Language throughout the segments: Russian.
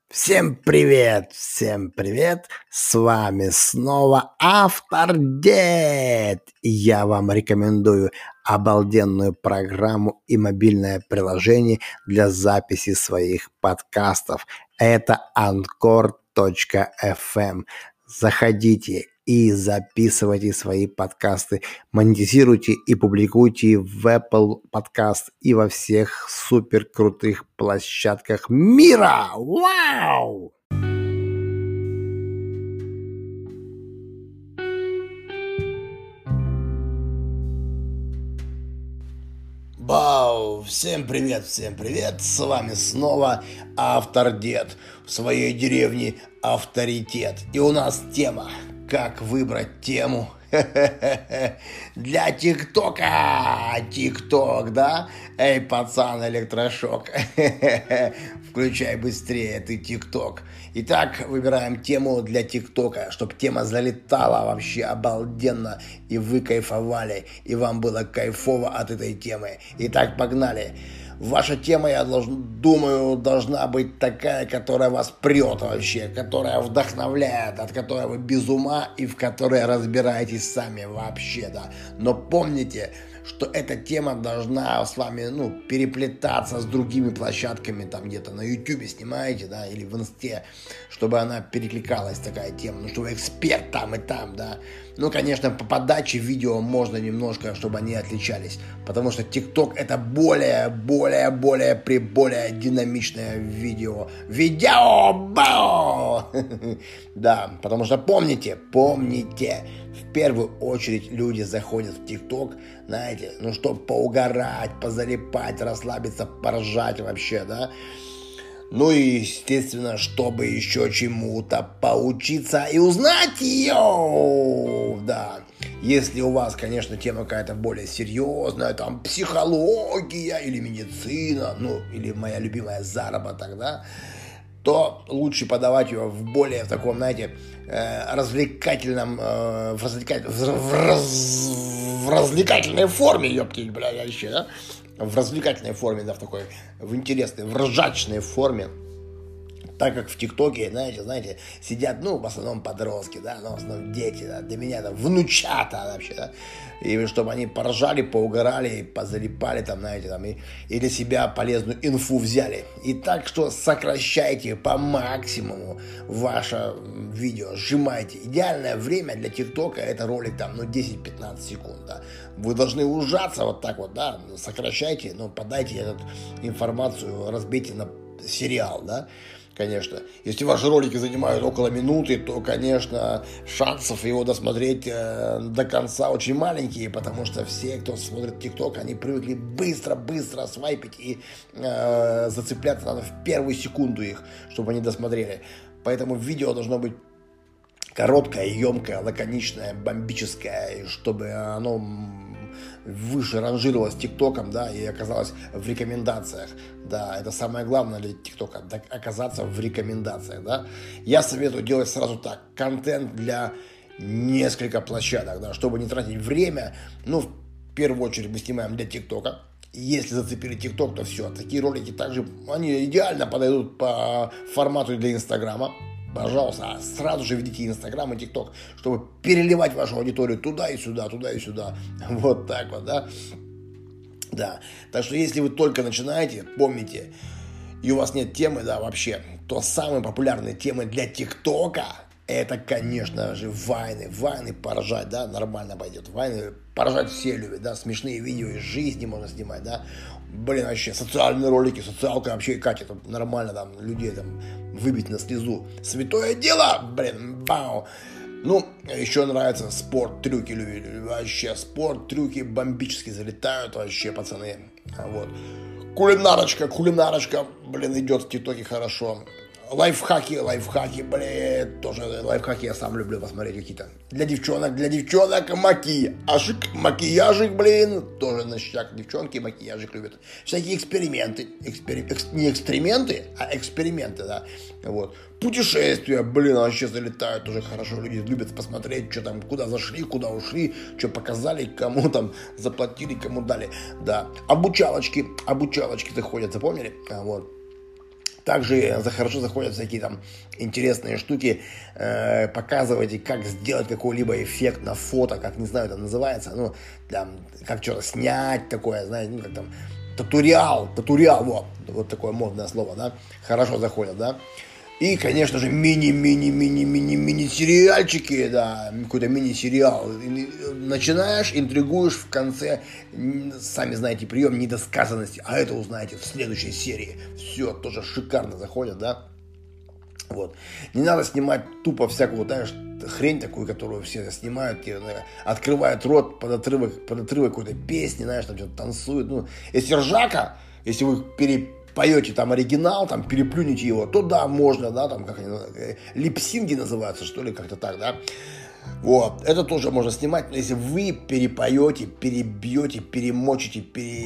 Всем привет, с вами снова Автор Дед. И я вам рекомендую обалденную программу и мобильное приложение для записи своих подкастов. Это Anchor.fm. Заходите и записывайте свои подкасты, монетизируйте и публикуйте в Apple Podcast и во всех супер крутых площадках мира. Вау! Бау! Всем привет, с вами снова Автор Дед в своей деревне Авторитет. И у нас тема, как выбрать тему для ТикТока. ТикТок, да? Эй, пацан, электрошок, включай быстрее, ты ТикТок. Итак, выбираем тему для ТикТока, чтобы тема залетала вообще обалденно, и вы кайфовали, и вам было кайфово от этой темы. Итак, погнали. Ваша тема, я думаю, должна быть такая, которая вас прет вообще, которая вдохновляет, от которой вы без ума и в которой разбираетесь сами вообще, да. Но помните, что эта тема должна с вами, переплетаться с другими площадками, там где-то на YouTube снимаете, да, или в Инсте, чтобы она перекликалась, такая тема, что вы эксперт там и там, да. Конечно, по подаче видео можно немножко, чтобы они отличались, потому что TikTok это более динамичное видео. Бау! Да, потому что помните, в первую очередь люди заходят в ТикТок, знаете, чтобы поугарать, позалипать, расслабиться, поржать вообще, да. И, естественно, чтобы еще чему-то поучиться и узнать ее, да. Если у вас, конечно, тема какая-то более серьезная, там, психология или медицина, или моя любимая заработок, да, то лучше подавать ее в более таком, знаете, развлекательном, в развлекательной форме, ёптить, вообще, да? В развлекательной форме, да, в интересной, в ржачной форме. Так как в ТикТоке, знаете, сидят, в основном подростки, да, в основном дети, да, для меня это внучата вообще, да, и чтобы они поржали, поугарали, позалипали там, знаете, там, и для себя полезную инфу взяли. И так что сокращайте по максимуму ваше видео, сжимайте. Идеальное время для ТикТока это ролик там, 10-15 секунд, да. Вы должны ужаться вот так вот, да, сокращайте, подайте эту информацию, разбейте на сериал, да. Конечно, если ваши ролики занимают около минуты, то, конечно, шансов его досмотреть до конца очень маленькие, потому что все, кто смотрит ТикТок, они привыкли быстро свайпить и зацепляться надо в первую секунду их, чтобы они досмотрели. Поэтому видео должно быть короткое, емкое, лаконичное, бомбическое, чтобы оно выше ранжировалось ТикТоком, да, и оказалось в рекомендациях. Да, это самое главное для ТикТока, оказаться в рекомендациях, да. Я советую делать сразу так, контент для нескольких площадок, да, чтобы не тратить время. В первую очередь мы снимаем для ТикТока. Если зацепили ТикТок, то все, такие ролики также, они идеально подойдут по формату для Инстаграма. Пожалуйста, сразу же введите Инстаграм и ТикТок, чтобы переливать вашу аудиторию туда и сюда. Вот так вот, да. Да. Так что если вы только начинаете, помните, и у вас нет темы, да, вообще, то самые популярные темы для ТикТока это, конечно же, вайны. Вайны поржать, да, нормально пойдет. Вайны поржать все любят, да, смешные видео из жизни можно снимать, да. Вообще, социальные ролики, социалка вообще и катит, нормально там людей там выбить на слезу. Святое дело, бау. Еще нравится спорт-трюки, вообще, спорт-трюки бомбически залетают вообще, пацаны. Вот. Кулинарочка, идет в ТикТоке хорошо. Лайфхаки, тоже лайфхаки я сам люблю посмотреть какие-то. Для девчонок макияжик, тоже ништяк. Девчонки макияжик любят. Всякие эксперименты. Не эксперименты, а эксперименты, да. Вот. Путешествия, вообще залетают тоже хорошо. Люди любят посмотреть, что там, куда зашли, куда ушли, что показали, кому там заплатили, кому дали. Да. Обучалочки заходят, запомнили? Вот. Также хорошо заходят всякие там интересные штуки, показывайте, как сделать какой-либо эффект на фото, как, не знаю, это называется, ну, там, как что-то снять такое, знаете, ну, как там, татуриал, вот такое модное слово, да, хорошо заходят, да. И, конечно же, мини-сериальчики, да, какой-то мини-сериал. Начинаешь, интригуешь, в конце, сами знаете, прием недосказанности, а это узнаете в следующей серии. Все, тоже шикарно заходит, да. Вот. Не надо снимать тупо всякую, знаешь, хрень такую, которую все снимают, открывают рот под отрывок какой-то песни, знаешь, там что-то танцуют. Ну, если ржака, если вы поете там оригинал, там переплюните его, то да, можно, да, там как они, липсинги называются, что ли, как-то так, да. Вот, это тоже можно снимать, но если вы перепоете, перебьете, перемочите,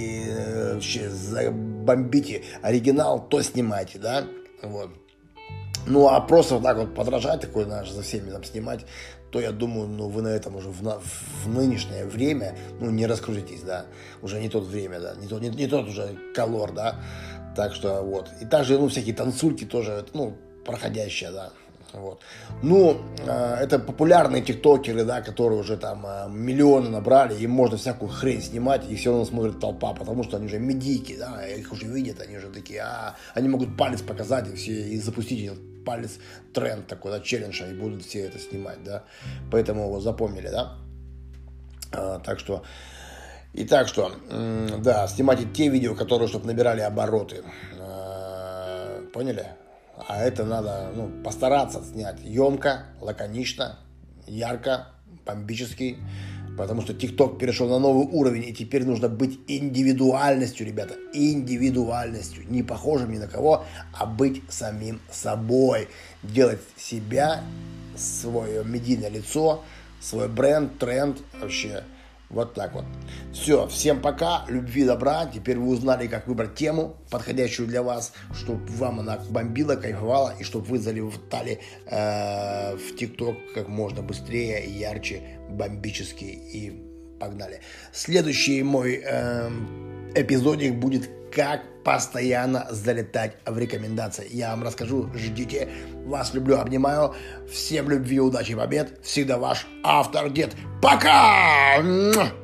забомбите оригинал, то снимайте, да, вот. Ну, а просто вот так вот подражать, такой, знаешь, за всеми там снимать, то, я думаю, ну, вы на этом уже в нынешнее время, ну, не раскрутитесь, да, уже не тот время, да, не тот уже колор, да, так что, вот, и также, ну, всякие танцульки тоже, ну, проходящие, да, вот, ну, это популярные тиктокеры, да, которые уже там миллионы набрали, им можно всякую хрень снимать, и все равно смотрит толпа, потому что они уже медийки, да, их уже видят, они уже такие, они могут палец показать и все, и запустить этот палец, тренд такой, да, челлендж, и будут все это снимать, да, поэтому вот запомнили, да, так что, да, снимайте те видео, которые, чтобы набирали обороты, поняли? А это надо, ну, постараться снять емко, лаконично, ярко, бомбически, потому что ТикТок перешел на новый уровень, и теперь нужно быть индивидуальностью, ребята, индивидуальностью, не похожим ни на кого, а быть самим собой, делать себя, свое медийное лицо, свой бренд, тренд, вообще. Вот так вот. Все, всем пока, любви, добра. Теперь вы узнали, как выбрать тему, подходящую для вас, чтобы вам она бомбила, кайфовала, и чтобы вы залетали в ТикТок как можно быстрее, ярче, бомбически, и погнали. Следующий мой эпизодик будет «Как постоянно залетать в рекомендации». Я вам расскажу, ждите. Вас люблю, обнимаю. Всем любви, удачи и побед. Всегда ваш автор Дед. Пока!